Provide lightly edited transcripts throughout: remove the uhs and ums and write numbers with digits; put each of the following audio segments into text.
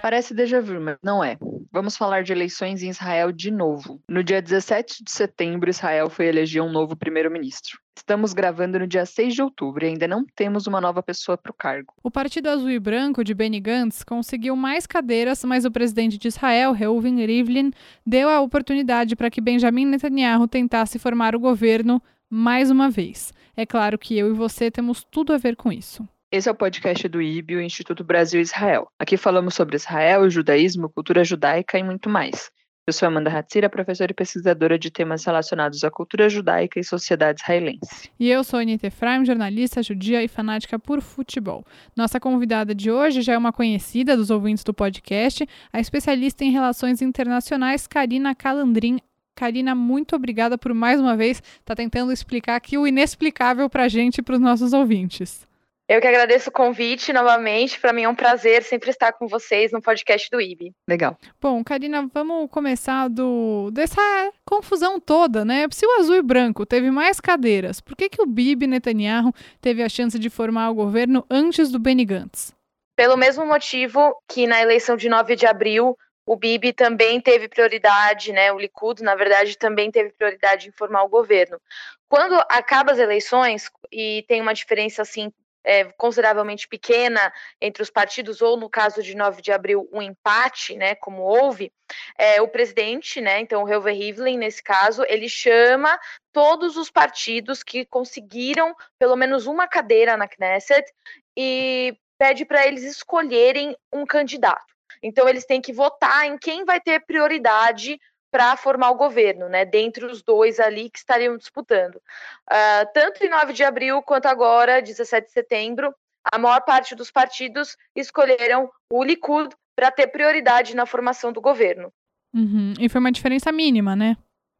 Parece déjà vu, mas não é. Vamos falar de eleições em Israel de novo. No dia 17 de setembro, Israel foi eleger um novo primeiro-ministro. Estamos gravando no dia 6 de outubro e ainda não temos uma nova pessoa para o cargo. O Partido Azul e Branco de Benny Gantz conseguiu mais cadeiras, mas o presidente de Israel, Reuven Rivlin, deu a oportunidade para que Benjamin Netanyahu tentasse formar o governo mais uma vez. É claro que eu e você temos tudo a ver com isso. Esse é o podcast do IB, o Instituto Brasil-Israel. Aqui falamos sobre Israel, judaísmo, cultura judaica e muito mais. Eu sou Amanda Hatzira, professora e pesquisadora de temas relacionados à cultura judaica e sociedade israelense. E eu sou Anita Efraim, jornalista judia e fanática por futebol. Nossa convidada de hoje já é uma conhecida dos ouvintes do podcast, a especialista em relações internacionais Karina Calandrin. Karina, muito obrigada por mais uma vez estar tentando explicar aqui o inexplicável para a gente e para os nossos ouvintes. Eu que agradeço o convite novamente. Para mim é um prazer sempre estar com vocês no podcast do IB. Legal. Bom, Karina, vamos começar dessa confusão toda, né? Se o azul e branco teve mais cadeiras, por que o Bibi Netanyahu teve a chance de formar o governo antes do Benny Gantz? Pelo mesmo motivo que na eleição de 9 de abril o Bibi também teve prioridade, né? O Likud, na verdade, também teve prioridade em formar o governo. Quando acabam as eleições e tem uma diferença assim consideravelmente pequena entre os partidos, ou no caso de 9 de abril, um empate, né, como houve, o presidente, né, então o Reuven Rivlin, nesse caso, ele chama todos os partidos que conseguiram pelo menos uma cadeira na Knesset e pede para eles escolherem um candidato. Então eles têm que votar em quem vai ter prioridade para formar o governo, né, dentre os dois ali que estariam disputando. Tanto em 9 de abril quanto agora, 17 de setembro, a maior parte dos partidos escolheram o Likud para ter prioridade na formação do governo. Uhum. E foi uma diferença mínima, né?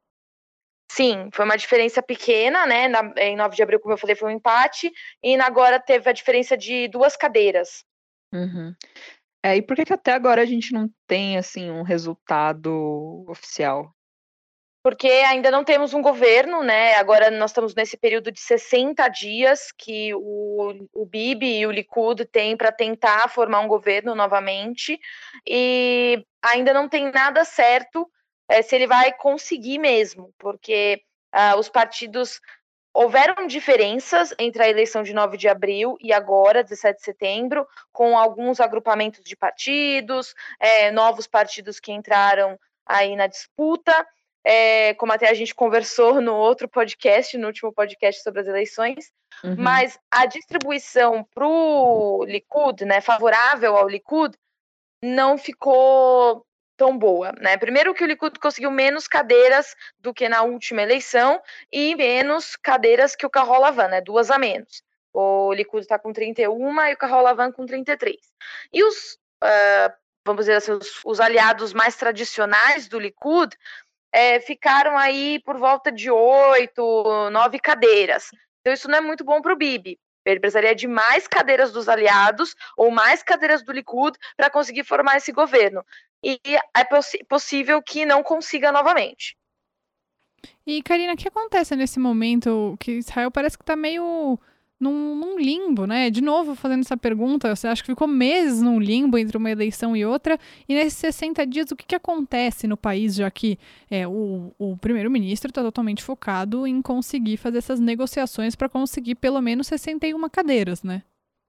Sim, foi uma diferença pequena, né? Em 9 de abril, como eu falei, foi um empate, e agora teve a diferença de 2 cadeiras. Uhum. E por que até agora a gente não tem, assim, um resultado oficial? Porque ainda não temos um governo, né? Agora nós estamos nesse período de 60 dias que o Bibi e o Likud têm para tentar formar um governo novamente, e ainda não tem nada certo se ele vai conseguir mesmo, porque os partidos houveram diferenças entre a eleição de 9 de abril e agora, 17 de setembro, com alguns agrupamentos de partidos, novos partidos que entraram aí na disputa, como até a gente conversou no outro podcast, no último podcast sobre as eleições, mas a distribuição para o Likud, né, favorável ao Likud, não ficou tão boa, né? Primeiro que o Likud conseguiu menos cadeiras do que na última eleição e menos cadeiras que o Kahol Lavan, né? 2 a menos. O Likud está com 31 e o Kahol Lavan com 33. E os, vamos dizer assim, os aliados mais tradicionais do Likud ficaram aí por volta de 8, 9 cadeiras. Então isso não é muito bom para o Bibi. Ele precisaria de mais cadeiras dos aliados ou mais cadeiras do Likud para conseguir formar esse governo. E é possível que não consiga novamente. E, Karina, o que acontece nesse momento que Israel parece que está meio num limbo, né? De novo, fazendo essa pergunta, você acha que ficou meses num limbo entre uma eleição e outra? E nesses 60 dias, o que acontece no país, já que o primeiro-ministro está totalmente focado em conseguir fazer essas negociações para conseguir pelo menos 61 cadeiras, né?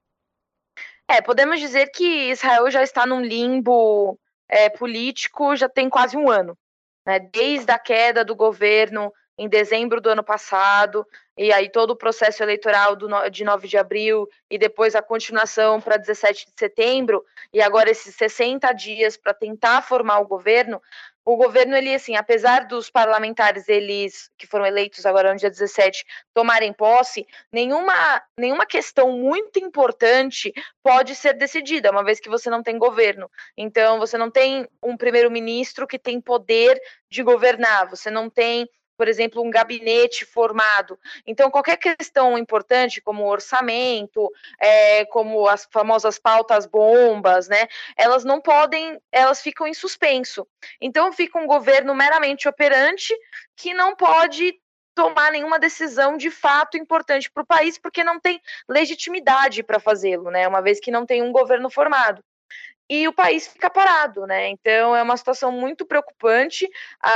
Podemos dizer que Israel já está num limbo político já tem quase um ano, né? Desde a queda do governo em dezembro do ano passado, e aí todo o processo eleitoral de 9 de abril, e depois a continuação para 17 de setembro, e agora esses 60 dias para tentar formar o governo, ele, assim, apesar dos parlamentares, eles que foram eleitos agora no dia 17, tomarem posse, nenhuma questão muito importante pode ser decidida, uma vez que você não tem governo. Então, você não tem um primeiro-ministro que tem poder de governar, você não tem, por exemplo, um gabinete formado. Então, qualquer questão importante, como orçamento, como as famosas pautas bombas, né, elas não podem, elas ficam em suspenso. Então, fica um governo meramente operante que não pode tomar nenhuma decisão de fato importante para o país, porque não tem legitimidade para fazê-lo, né, uma vez que não tem um governo formado. e o país fica parado, né? Então é uma situação muito preocupante.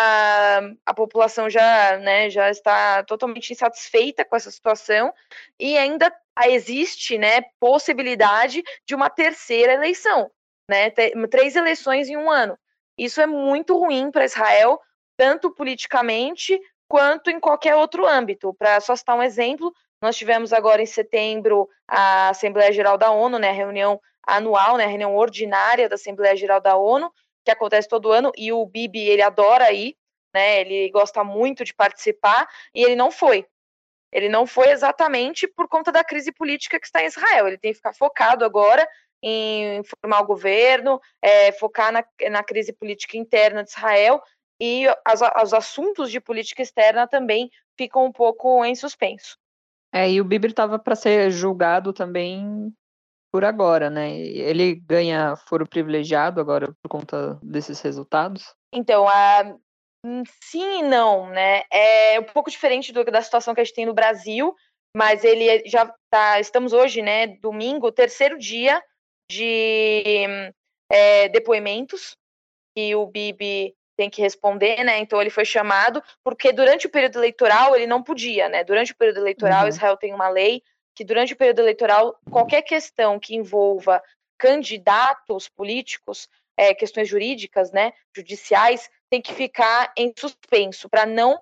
A população já está totalmente insatisfeita com essa situação e ainda existe, né, possibilidade de uma terceira eleição, né? 3 eleições em um ano. Isso é muito ruim para Israel, tanto politicamente quanto em qualquer outro âmbito. Para só citar um exemplo, nós tivemos agora em setembro a Assembleia Geral da ONU, né, a reunião anual, né, a reunião ordinária da Assembleia Geral da ONU, que acontece todo ano, e o Bibi, ele adora ir, né, ele gosta muito de participar, e ele não foi. Ele não foi exatamente por conta da crise política que está em Israel. Ele tem que ficar focado agora em formar o governo, focar na crise política interna de Israel, e os assuntos de política externa também ficam um pouco em suspenso. E o Bibi estava para ser julgado também por agora, né? Ele ganha foro privilegiado agora por conta desses resultados? Então, sim e não, né? É um pouco diferente da situação que a gente tem no Brasil, mas ele já estamos hoje, né, domingo, 3º dia de depoimentos que o Bibi tem que responder, né? Então ele foi chamado, porque durante o período eleitoral ele não podia, né? Durante o período eleitoral, Israel tem uma lei que durante o período eleitoral, qualquer questão que envolva candidatos políticos, questões jurídicas, né, judiciais, tem que ficar em suspenso, para não,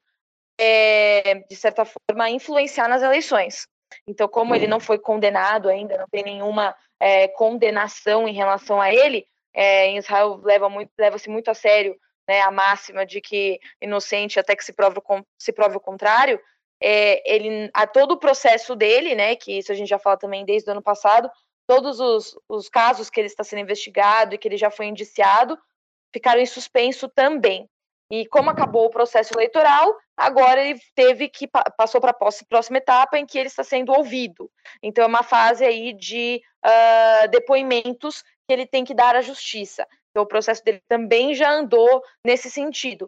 de certa forma, influenciar nas eleições. Então, como ele não foi condenado ainda, não tem nenhuma condenação em relação a ele, em Israel leva-se muito a sério, né, a máxima de que inocente até que se prove o contrário. Todo o processo dele, né, que isso a gente já fala também desde o ano passado, todos os casos que ele está sendo investigado e que ele já foi indiciado, ficaram em suspenso também. E como acabou o processo eleitoral, agora ele passou para a próxima etapa em que ele está sendo ouvido. Então é uma fase aí de depoimentos que ele tem que dar à justiça. Então o processo dele também já andou nesse sentido.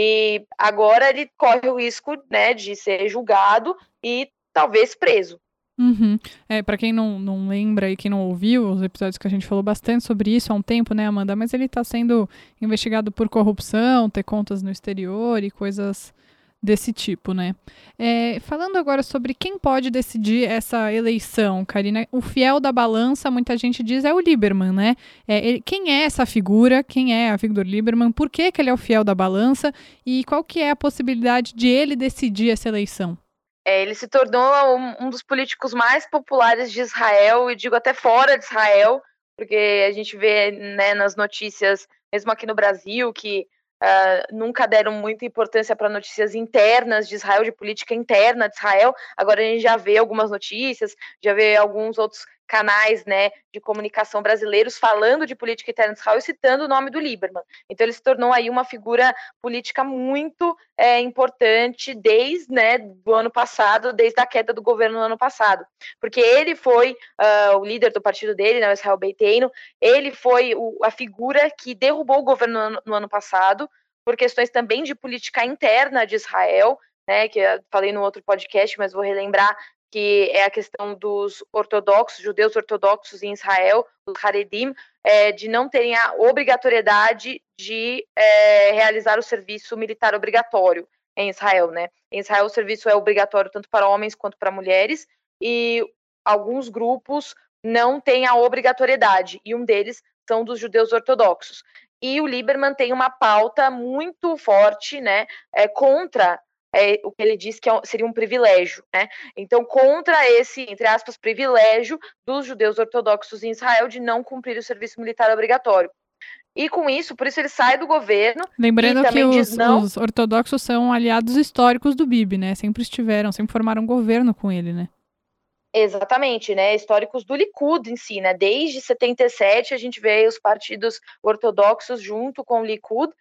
E agora ele corre o risco, né, de ser julgado e talvez preso. Uhum. Para quem não lembra e quem não ouviu os episódios que a gente falou bastante sobre isso há um tempo, né, Amanda? Mas ele está sendo investigado por corrupção, ter contas no exterior e coisas desse tipo, né? Falando agora sobre quem pode decidir essa eleição, Karina, o fiel da balança, muita gente diz, é o Lieberman, né? Quem é essa figura? Quem é a Avigdor Lieberman? Por que ele é o fiel da balança? E qual que é a possibilidade de ele decidir essa eleição? Ele se tornou um dos políticos mais populares de Israel, e digo até fora de Israel, porque a gente vê, né, nas notícias, mesmo aqui no Brasil, que nunca deram muita importância para notícias internas de Israel, de política interna de Israel. Agora a gente já vê algumas notícias, já vê alguns outros canais, né, de comunicação brasileiros falando de política interna de Israel e citando o nome do Lieberman. Então ele se tornou aí uma figura política muito importante desde, né, do ano passado, desde a queda do governo no ano passado, porque ele foi o líder do partido dele, né, o Israel Beiteinu. Ele foi a figura que derrubou o governo no ano passado, por questões também de política interna de Israel, né, que eu falei no outro podcast, mas vou relembrar, que é a questão dos ortodoxos, judeus ortodoxos em Israel, os Haredim, de não terem a obrigatoriedade de realizar o serviço militar obrigatório em Israel, né? Em Israel o serviço é obrigatório tanto para homens quanto para mulheres, e alguns grupos não têm a obrigatoriedade, e um deles são dos judeus ortodoxos. E o Lieberman tem uma pauta muito forte, né, contra o que ele diz que seria um privilégio, né? Então, contra esse, entre aspas, privilégio dos judeus ortodoxos em Israel de não cumprir o serviço militar obrigatório. E com isso, por isso ele sai do governo. Lembrando que os ortodoxos são aliados históricos do Bibi, né? Sempre formaram governo com ele, né? Exatamente, né? Históricos do Likud em si, né? Desde 77 a gente vê os partidos ortodoxos junto com o Likud,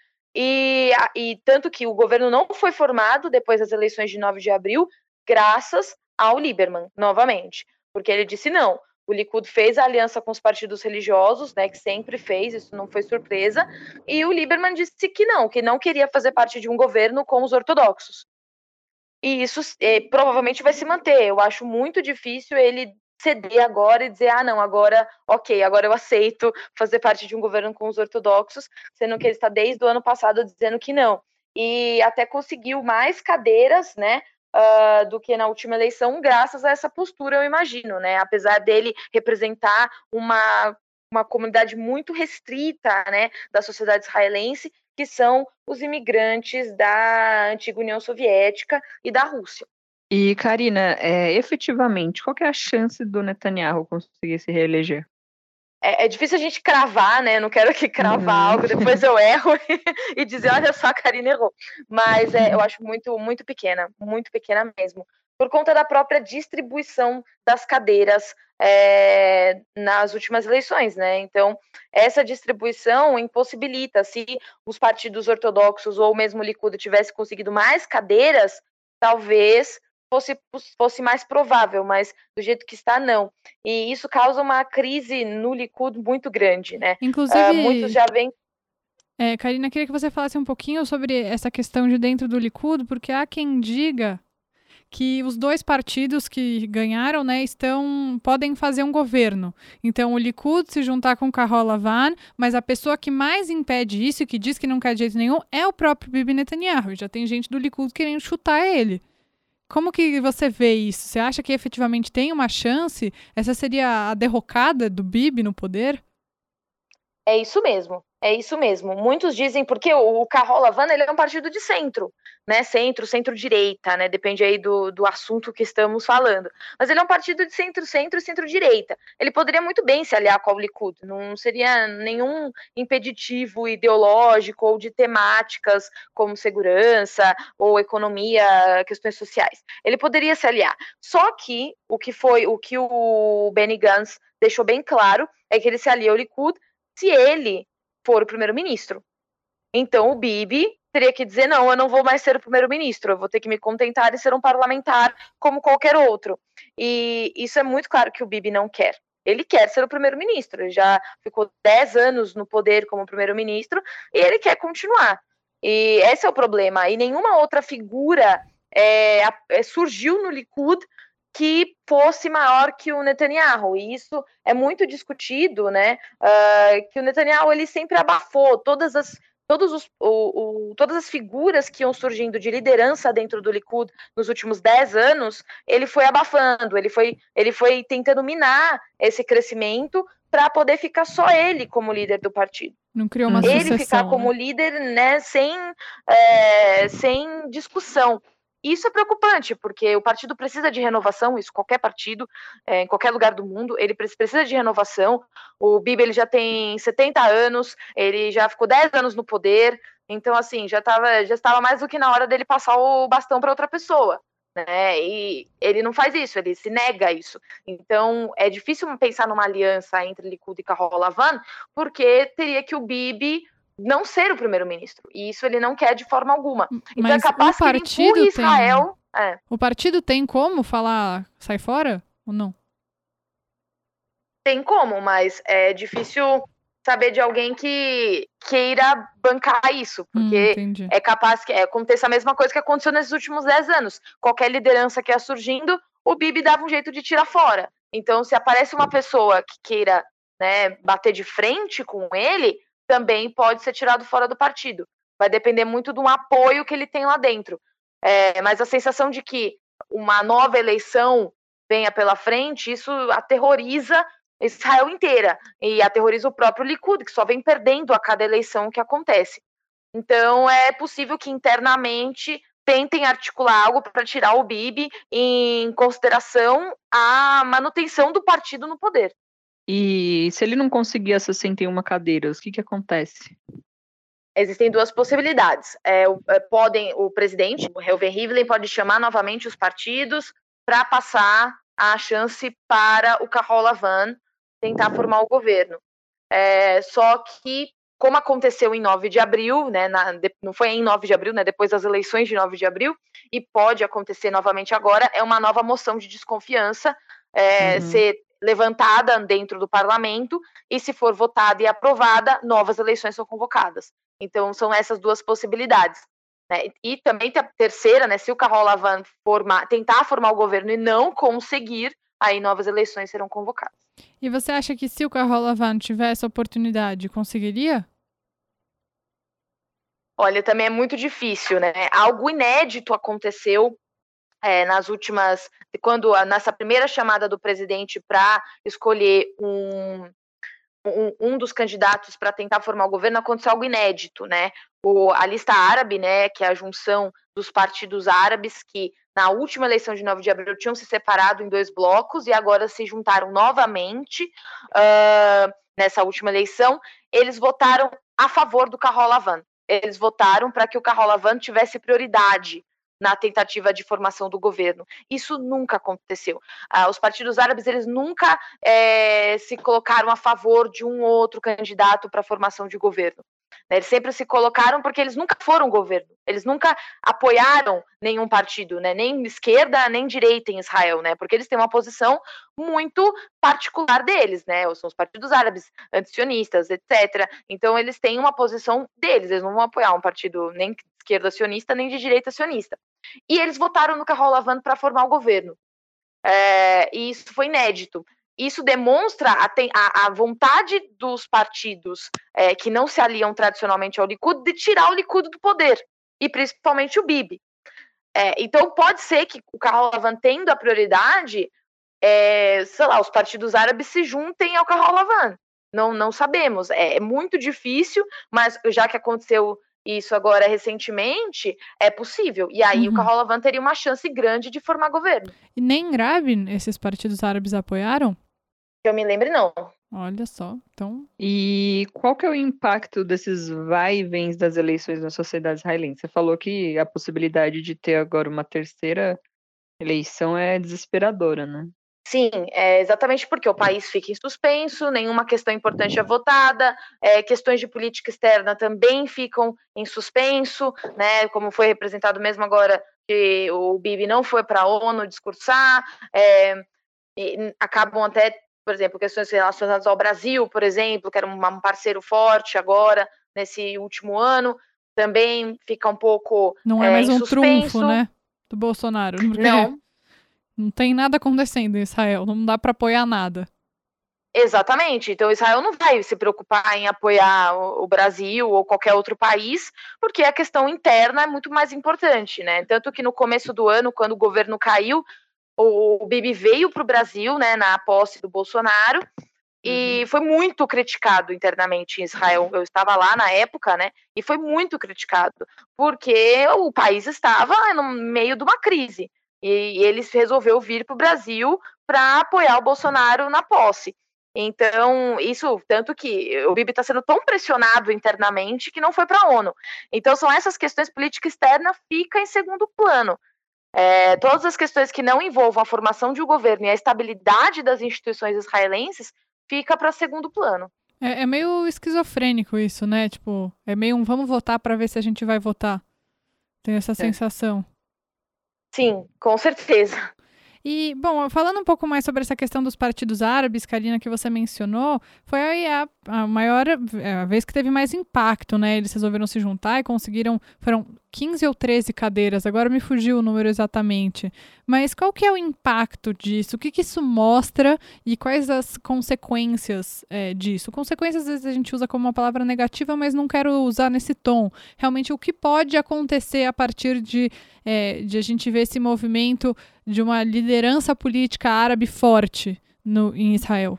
e tanto que o governo não foi formado depois das eleições de 9 de abril, graças ao Lieberman, novamente, porque ele disse não. O Likud fez a aliança com os partidos religiosos, né, que sempre fez, isso não foi surpresa, e o Lieberman disse que não queria fazer parte de um governo com os ortodoxos. E isso provavelmente vai se manter. Eu acho muito difícil ele ceder agora e dizer, não, agora, ok, agora eu aceito fazer parte de um governo com os ortodoxos, sendo que ele está desde o ano passado dizendo que não. E até conseguiu mais cadeiras, né, do que na última eleição, graças a essa postura, eu imagino, né, apesar dele representar uma comunidade muito restrita, né, da sociedade israelense, que são os imigrantes da antiga União Soviética e da Rússia. E, Karina, efetivamente, qual que é a chance do Netanyahu conseguir se reeleger? É difícil a gente cravar, né? Eu não quero aqui cravar algo, depois eu erro e dizer, olha só, a Karina errou. Mas eu acho muito, muito pequena mesmo. Por conta da própria distribuição das cadeiras nas últimas eleições, né? Então, essa distribuição impossibilita. Se os partidos ortodoxos ou mesmo o Likud tivesse conseguido mais cadeiras, talvez fosse mais provável, mas do jeito que está, não. E isso causa uma crise no Likud muito grande, né? Inclusive, muitos já vêm... Karina, queria que você falasse um pouquinho sobre essa questão de dentro do Likud, porque há quem diga que os dois partidos que ganharam, né, podem fazer um governo. Então, o Likud se juntar com o Kahol Lavan, mas a pessoa que mais impede isso, que diz que não quer de jeito nenhum, é o próprio Bibi Netanyahu. Já tem gente do Likud querendo chutar ele. Como que você vê isso? Você acha que efetivamente tem uma chance? Essa seria a derrocada do Bibi no poder? É isso mesmo. Muitos dizem, porque o Kahol Lavan, ele é um partido de centro, né? Centro-direita, né? Depende aí do assunto que estamos falando. Mas ele é um partido de centro-centro e centro-direita. Ele poderia muito bem se aliar com o Likud. Não seria nenhum impeditivo ideológico ou de temáticas como segurança ou economia, questões sociais. Ele poderia se aliar. Só que o que o Benny Gantz deixou bem claro é que ele se alia ao Likud se ele for o primeiro-ministro. Então o Bibi teria que dizer, não, eu não vou mais ser o primeiro-ministro, eu vou ter que me contentar em ser um parlamentar como qualquer outro. E isso é muito claro que o Bibi não quer. Ele quer ser o primeiro-ministro, ele já ficou 10 anos no poder como primeiro-ministro e ele quer continuar. E esse é o problema. E nenhuma outra figura surgiu no Likud que fosse maior que o Netanyahu, e isso é muito discutido, né? Que o Netanyahu ele sempre abafou todas as figuras que iam surgindo de liderança dentro do Likud nos últimos 10 anos, ele foi abafando, ele foi tentando minar esse crescimento para poder ficar só ele como líder do partido. Não criou uma sucessão, ele ficar como né? líder, né, sem discussão. Isso é preocupante, porque o partido precisa de renovação, isso qualquer partido, em qualquer lugar do mundo, ele precisa de renovação. O Bibi ele já tem 70 anos, ele já ficou 10 anos no poder, então assim, já estava mais do que na hora dele passar o bastão para outra pessoa, né? E ele não faz isso, ele se nega a isso. Então é difícil pensar numa aliança entre Likud e Kahol Lavan, porque teria que o Bibi não ser o primeiro-ministro. E isso ele não quer de forma alguma. Então Mas é capaz que ele empurre Israel... O partido tem como falar sai fora ou não? Tem como, mas é difícil saber de alguém que queira bancar isso, porque é capaz que aconteça a mesma coisa que aconteceu nesses últimos 10 anos. Qualquer liderança que ia surgindo, o Bibi dava um jeito de tirar fora. Então, se aparece uma pessoa que queira, né, bater de frente com ele, também pode ser tirado fora do partido. Vai depender muito do apoio que ele tem lá dentro. Mas a sensação de que uma nova eleição venha pela frente, isso aterroriza Israel inteira e aterroriza o próprio Likud, que só vem perdendo a cada eleição que acontece. Então, é possível que internamente tentem articular algo para tirar o Bibi em consideração a manutenção do partido no poder. E se ele não conseguir essas 61 cadeiras, o que acontece? Existem duas possibilidades. O presidente, o Reuven Rivlin, pode chamar novamente os partidos para passar a chance para o Kahol Lavan tentar formar o governo. Só que, como aconteceu em 9 de abril, né, não foi em 9 de abril, né, depois das eleições de 9 de abril, e pode acontecer novamente agora, é uma nova moção de desconfiança ser levantada dentro do parlamento, e se for votada e aprovada, novas eleições são convocadas. Então, são essas duas possibilidades. Né? E também tem a terceira, né, se o Kahol Lavan tentar formar o governo e não conseguir, aí novas eleições serão convocadas. E você acha que se o Carola Lavan tivesse a oportunidade, conseguiria? Olha, também é muito difícil, né? Algo inédito aconteceu nessa primeira chamada do presidente para escolher um dos candidatos para tentar formar o governo, aconteceu algo inédito, né? A lista árabe, né, que é a junção dos partidos árabes que na última eleição de 9 de abril tinham se separado em 2 blocos e agora se juntaram novamente nessa última eleição, eles votaram a favor do Carola Lavan. Eles votaram para que o Carola Lavan tivesse prioridade na tentativa de formação do governo. Isso nunca aconteceu. Os partidos árabes, eles nunca se colocaram a favor de um outro candidato para a formação de governo. Eles sempre se colocaram porque eles nunca foram governo. Eles nunca apoiaram nenhum partido, né? Nem esquerda, nem direita em Israel, né? Porque eles têm uma posição muito particular deles, né? São os partidos árabes, antisionistas, etc. Então, eles têm uma posição deles. Eles não vão apoiar um partido nem de esquerda sionista, nem de direita sionista. E eles votaram no Carola Lavan para formar o governo. E isso foi inédito. Isso demonstra a vontade dos partidos que não se aliam tradicionalmente ao Likud de tirar o Likud do poder, e principalmente o Bibi. Então pode ser que o Carola Lavan tendo a prioridade, os partidos árabes se juntem ao Carola Lavan. Não sabemos. É muito difícil, mas já que aconteceu isso agora recentemente, é possível. E aí o Carola Lavan teria uma chance grande de formar governo. E nem Rabin esses partidos árabes apoiaram? Que eu me lembre, não. Olha só, então... E qual que é o impacto desses vai e vens das eleições na sociedade israelense? Você falou que a possibilidade de ter agora uma terceira eleição é desesperadora, né? Sim, exatamente porque o país fica em suspenso, nenhuma questão importante é votada, questões de política externa também ficam em suspenso, né, como foi representado mesmo agora que o Bibi não foi para a ONU discursar, e acabam até, por exemplo, questões relacionadas ao Brasil, por exemplo, que era um parceiro forte agora, nesse último ano, também fica um pouco não é mais em um suspenso. trunfo, né, do Bolsonaro. Porque... Não tem nada acontecendo em Israel, não dá para apoiar nada. Exatamente. Então, Israel não vai se preocupar em apoiar o Brasil ou qualquer outro país, porque a questão interna é muito mais importante, né? Tanto que no começo do ano, quando o governo caiu, o Bibi veio para o Brasil, né, na posse do Bolsonaro, e foi muito criticado internamente em Israel. Eu estava lá na época, né, e foi muito criticado, porque o país estava no meio de uma crise. E ele resolveu vir para o Brasil para apoiar o Bolsonaro na posse. Então, isso, tanto que o Bibi está sendo tão pressionado internamente que não foi para a ONU. Então, são essas questões política externa fica em segundo plano. Todas as questões que não envolvam a formação de um governo e a estabilidade das instituições israelenses fica para segundo plano. É meio esquizofrênico isso, né? Tipo, é meio um vamos votar para ver se a gente vai votar. Tem essa sensação. Sim, com certeza. E, bom, falando um pouco mais sobre essa questão dos partidos árabes, Karina, que você mencionou, foi a maior a vez que teve mais impacto, né? Eles resolveram se juntar e conseguiram, foram 15 ou 13 cadeiras, agora me fugiu o número exatamente. Mas qual que é o impacto disso? O que isso mostra e quais as consequências disso? Consequências, às vezes, a gente usa como uma palavra negativa, mas não quero usar nesse tom. Realmente, o que pode acontecer a partir de a gente ver esse movimento de uma liderança política árabe forte em Israel?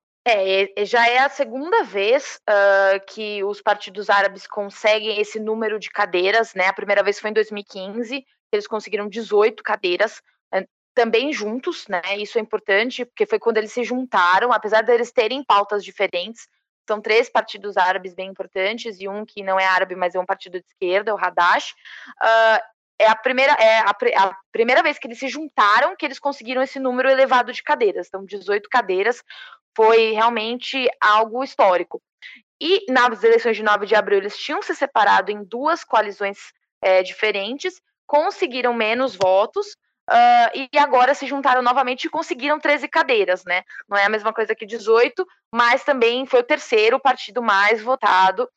Já é a segunda vez que os partidos árabes conseguem esse número de cadeiras, né? A primeira vez foi em 2015, eles conseguiram 18 cadeiras, também juntos, né? Isso é importante, porque foi quando eles se juntaram, apesar de eles terem pautas diferentes. São 3 partidos árabes bem importantes, e um que não é árabe, mas é um partido de esquerda, o Hadash. É a primeira vez que eles se juntaram que eles conseguiram esse número elevado de cadeiras. Então, 18 cadeiras foi realmente algo histórico. E nas eleições de 9 de abril, eles tinham se separado em 2 coalizões diferentes, conseguiram menos votos, e agora se juntaram novamente e conseguiram 13 cadeiras, né? Não é a mesma coisa que 18, mas também foi o terceiro partido mais votado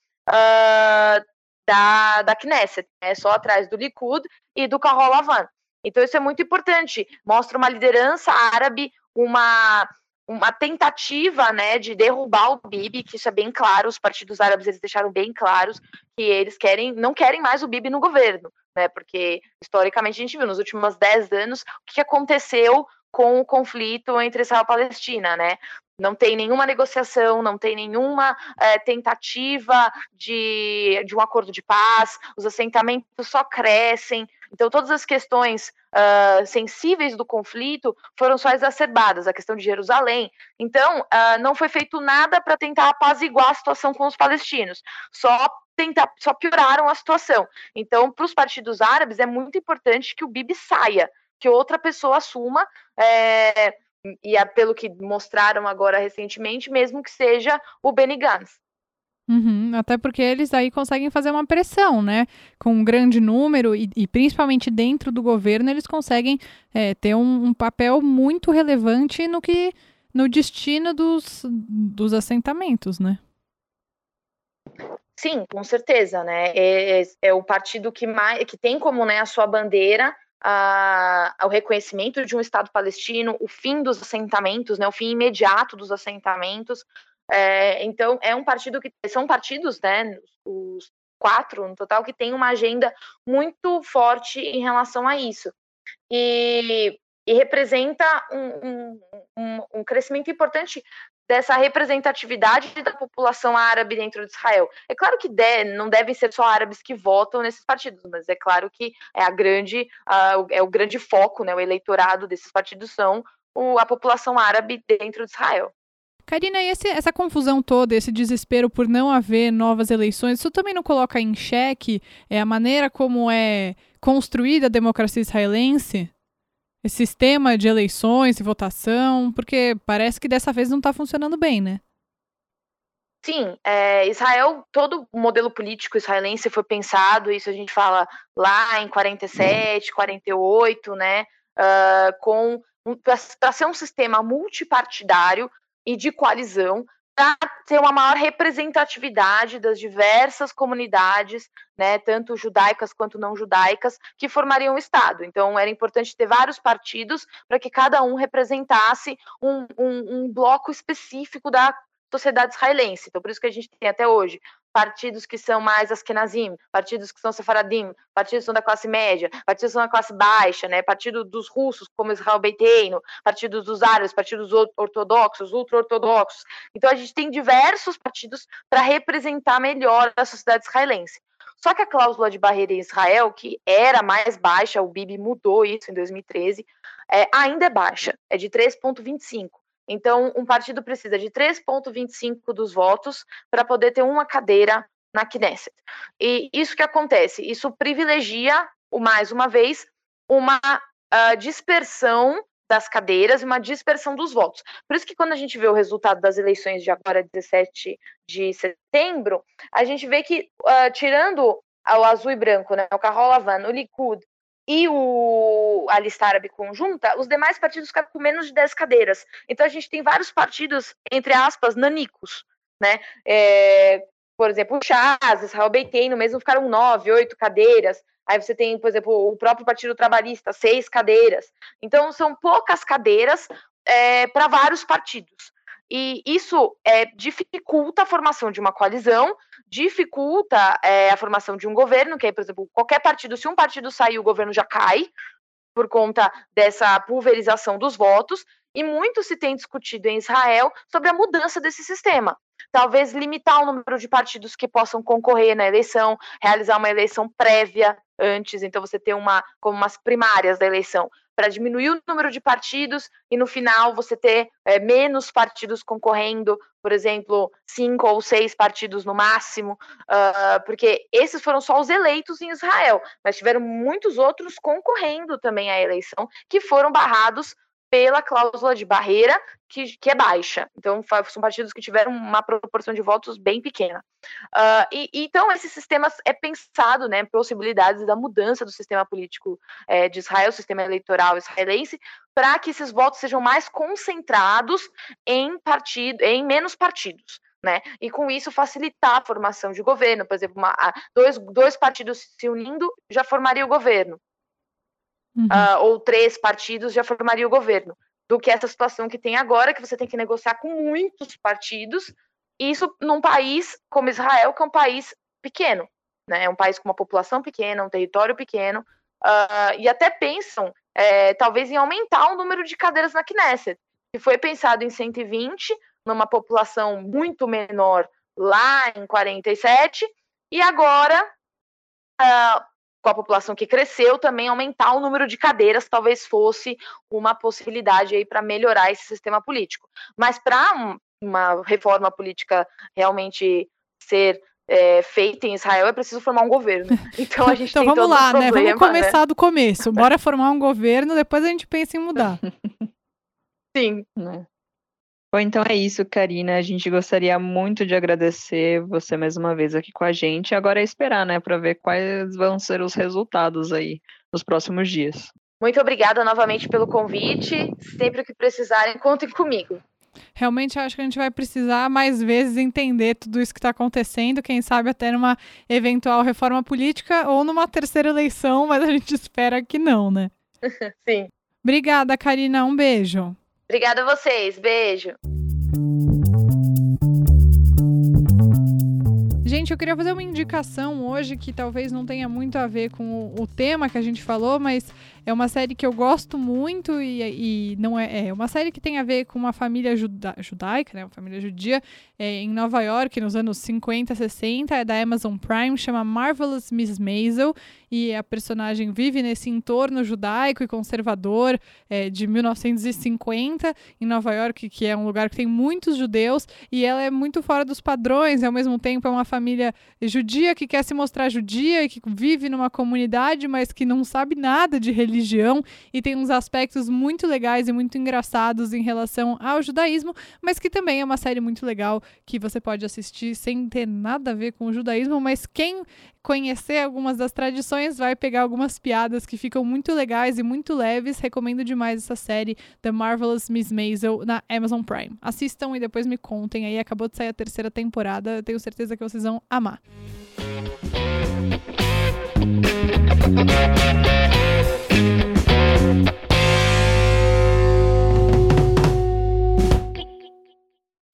da Knesset, né? Só atrás do Likud e do Carola Lavan. Então isso é muito importante, mostra uma liderança árabe uma tentativa, né, de derrubar o Bibi, que isso é bem claro, os partidos árabes eles deixaram bem claros que eles não querem mais o Bibi no governo, né, porque historicamente a gente viu nos últimos 10 anos o que aconteceu com o conflito entre Israel e Palestina, né? Não tem nenhuma negociação, não tem nenhuma tentativa de um acordo de paz, os assentamentos só crescem. Então, todas as questões sensíveis do conflito foram só exacerbadas, a questão de Jerusalém. Então, não foi feito nada para tentar apaziguar a situação com os palestinos, só pioraram a situação. Então, para os partidos árabes, é muito importante que o Bibi saia, que outra pessoa assuma, e pelo que mostraram agora recentemente, mesmo que seja o Benny Gantz. Até porque eles aí conseguem fazer uma pressão, né? Com um grande número e principalmente dentro do governo, eles conseguem ter um papel muito relevante no destino dos assentamentos, né? Sim, com certeza, né? É o partido que tem como, né, a sua bandeira o reconhecimento de um Estado palestino, o fim dos assentamentos, né, o fim imediato dos assentamentos. Então, é um partido são partidos, né, os 4 no total, que tem uma agenda muito forte em relação a isso. E representa um crescimento importante dessa representatividade da população árabe dentro de Israel. É claro que não devem ser só árabes que votam nesses partidos, mas é claro que é o grande foco, né, o eleitorado desses partidos são a população árabe dentro de Israel. Karina, e essa confusão toda, esse desespero por não haver novas eleições, isso também não coloca em xeque a maneira como é construída a democracia israelense? Esse sistema de eleições e votação, porque parece que dessa vez não está funcionando bem, né? Sim, Israel, todo o modelo político israelense foi pensado, isso a gente fala lá em 47, 48, né, para ser um sistema multipartidário e de coalizão, para ter uma maior representatividade das diversas comunidades, né, tanto judaicas quanto não judaicas, que formariam o Estado. Então, era importante ter vários partidos para que cada um representasse um bloco específico da sociedade israelense. Então, por isso que a gente tem até hoje partidos que são mais Askenazim, partidos que são Sefaradim, partidos que são da classe média, partidos que são da classe baixa, né? Partido dos russos, como Israel Beiteinu, partidos dos árabes, partidos ortodoxos, ultra-ortodoxos. Então, a gente tem diversos partidos para representar melhor a sociedade israelense. Só que a cláusula de barreira em Israel, que era mais baixa, o Bibi mudou isso em 2013, ainda é baixa, é de 3,25. Então, um partido precisa de 3,25 dos votos para poder ter uma cadeira na Knesset. E isso que acontece, isso privilegia, mais uma vez, uma dispersão das cadeiras e uma dispersão dos votos. Por isso que quando a gente vê o resultado das eleições de agora, 17 de setembro, a gente vê que, tirando o azul e branco, né, o Kahol Lavan, o Likud e a lista árabe conjunta, os demais partidos ficaram com menos de 10 cadeiras. Então a gente tem vários partidos, entre aspas, nanicos, né? Por exemplo, o Shas, Israel Beiteinu, mesmo ficaram 9, 8 cadeiras. Aí você tem, por exemplo, o próprio Partido Trabalhista, 6 cadeiras. Então são poucas cadeiras para vários partidos. E isso dificulta a formação de uma coalizão, dificulta a formação de um governo, que aí, por exemplo, qualquer partido, se um partido sair, o governo já cai, por conta dessa pulverização dos votos, e muito se tem discutido em Israel sobre a mudança desse sistema. Talvez limitar o número de partidos que possam concorrer na eleição, realizar uma eleição prévia antes, então você ter como umas primárias da eleição, para diminuir o número de partidos e no final você ter menos partidos concorrendo, por exemplo, 5 ou 6 partidos no máximo, porque esses foram só os eleitos em Israel, mas tiveram muitos outros concorrendo também à eleição, que foram barrados pela cláusula de barreira, que é baixa. Então, são partidos que tiveram uma proporção de votos bem pequena. Então, esse sistema é pensado, né, possibilidades da mudança do sistema político de Israel, o sistema eleitoral israelense, para que esses votos sejam mais concentrados em menos partidos. Né? E com isso facilitar a formação de governo. Por exemplo, dois partidos se unindo já formaria o governo. Ou 3 partidos já formaria o governo. do que essa situação que tem agora, que você tem que negociar com muitos partidos, e isso num país como Israel, que é um país pequeno, né? É um país com uma população pequena, um território pequeno, e até pensam, talvez, em aumentar o número de cadeiras na Knesset, que foi pensado em 120, numa população muito menor lá em 47, e agora, com a população que cresceu, também aumentar o número de cadeiras talvez fosse uma possibilidade aí para melhorar esse sistema político. Mas para uma reforma política realmente ser feita em Israel, é preciso formar um governo. Então a gente então tem vamos todo lá, um problema, né? Vamos começar do começo. Bora formar um governo, depois a gente pensa em mudar. Sim. Bom, então é isso, Karina. A gente gostaria muito de agradecer você mais uma vez aqui com a gente. Agora é esperar, né, para ver quais vão ser os resultados aí nos próximos dias. Muito obrigada novamente pelo convite. Sempre que precisarem, contem comigo. Realmente acho que a gente vai precisar mais vezes entender tudo isso que está acontecendo, quem sabe até numa eventual reforma política ou numa terceira eleição, mas a gente espera que não, né? Sim. Obrigada, Karina. Um beijo. Obrigada a vocês. Beijo. Gente, eu queria fazer uma indicação hoje que talvez não tenha muito a ver com o tema que a gente falou, mas é uma série que eu gosto muito e não é uma série que tem a ver com uma família judaica, né, uma família judia em Nova York nos anos 50, 60, é da Amazon Prime, chama Marvelous Miss Maisel, e a personagem vive nesse entorno judaico e conservador de 1950 em Nova York, que é um lugar que tem muitos judeus, e ela é muito fora dos padrões, e ao mesmo tempo é uma família judia que quer se mostrar judia e que vive numa comunidade, mas que não sabe nada de religião, e tem uns aspectos muito legais e muito engraçados em relação ao judaísmo, mas que também é uma série muito legal que você pode assistir sem ter nada a ver com o judaísmo, mas quem conhecer algumas das tradições vai pegar algumas piadas que ficam muito legais e muito leves. Recomendo demais essa série The Marvelous Miss Maisel na Amazon Prime. Assistam e depois me contem aí, acabou de sair a terceira temporada, eu tenho certeza que vocês vão amar.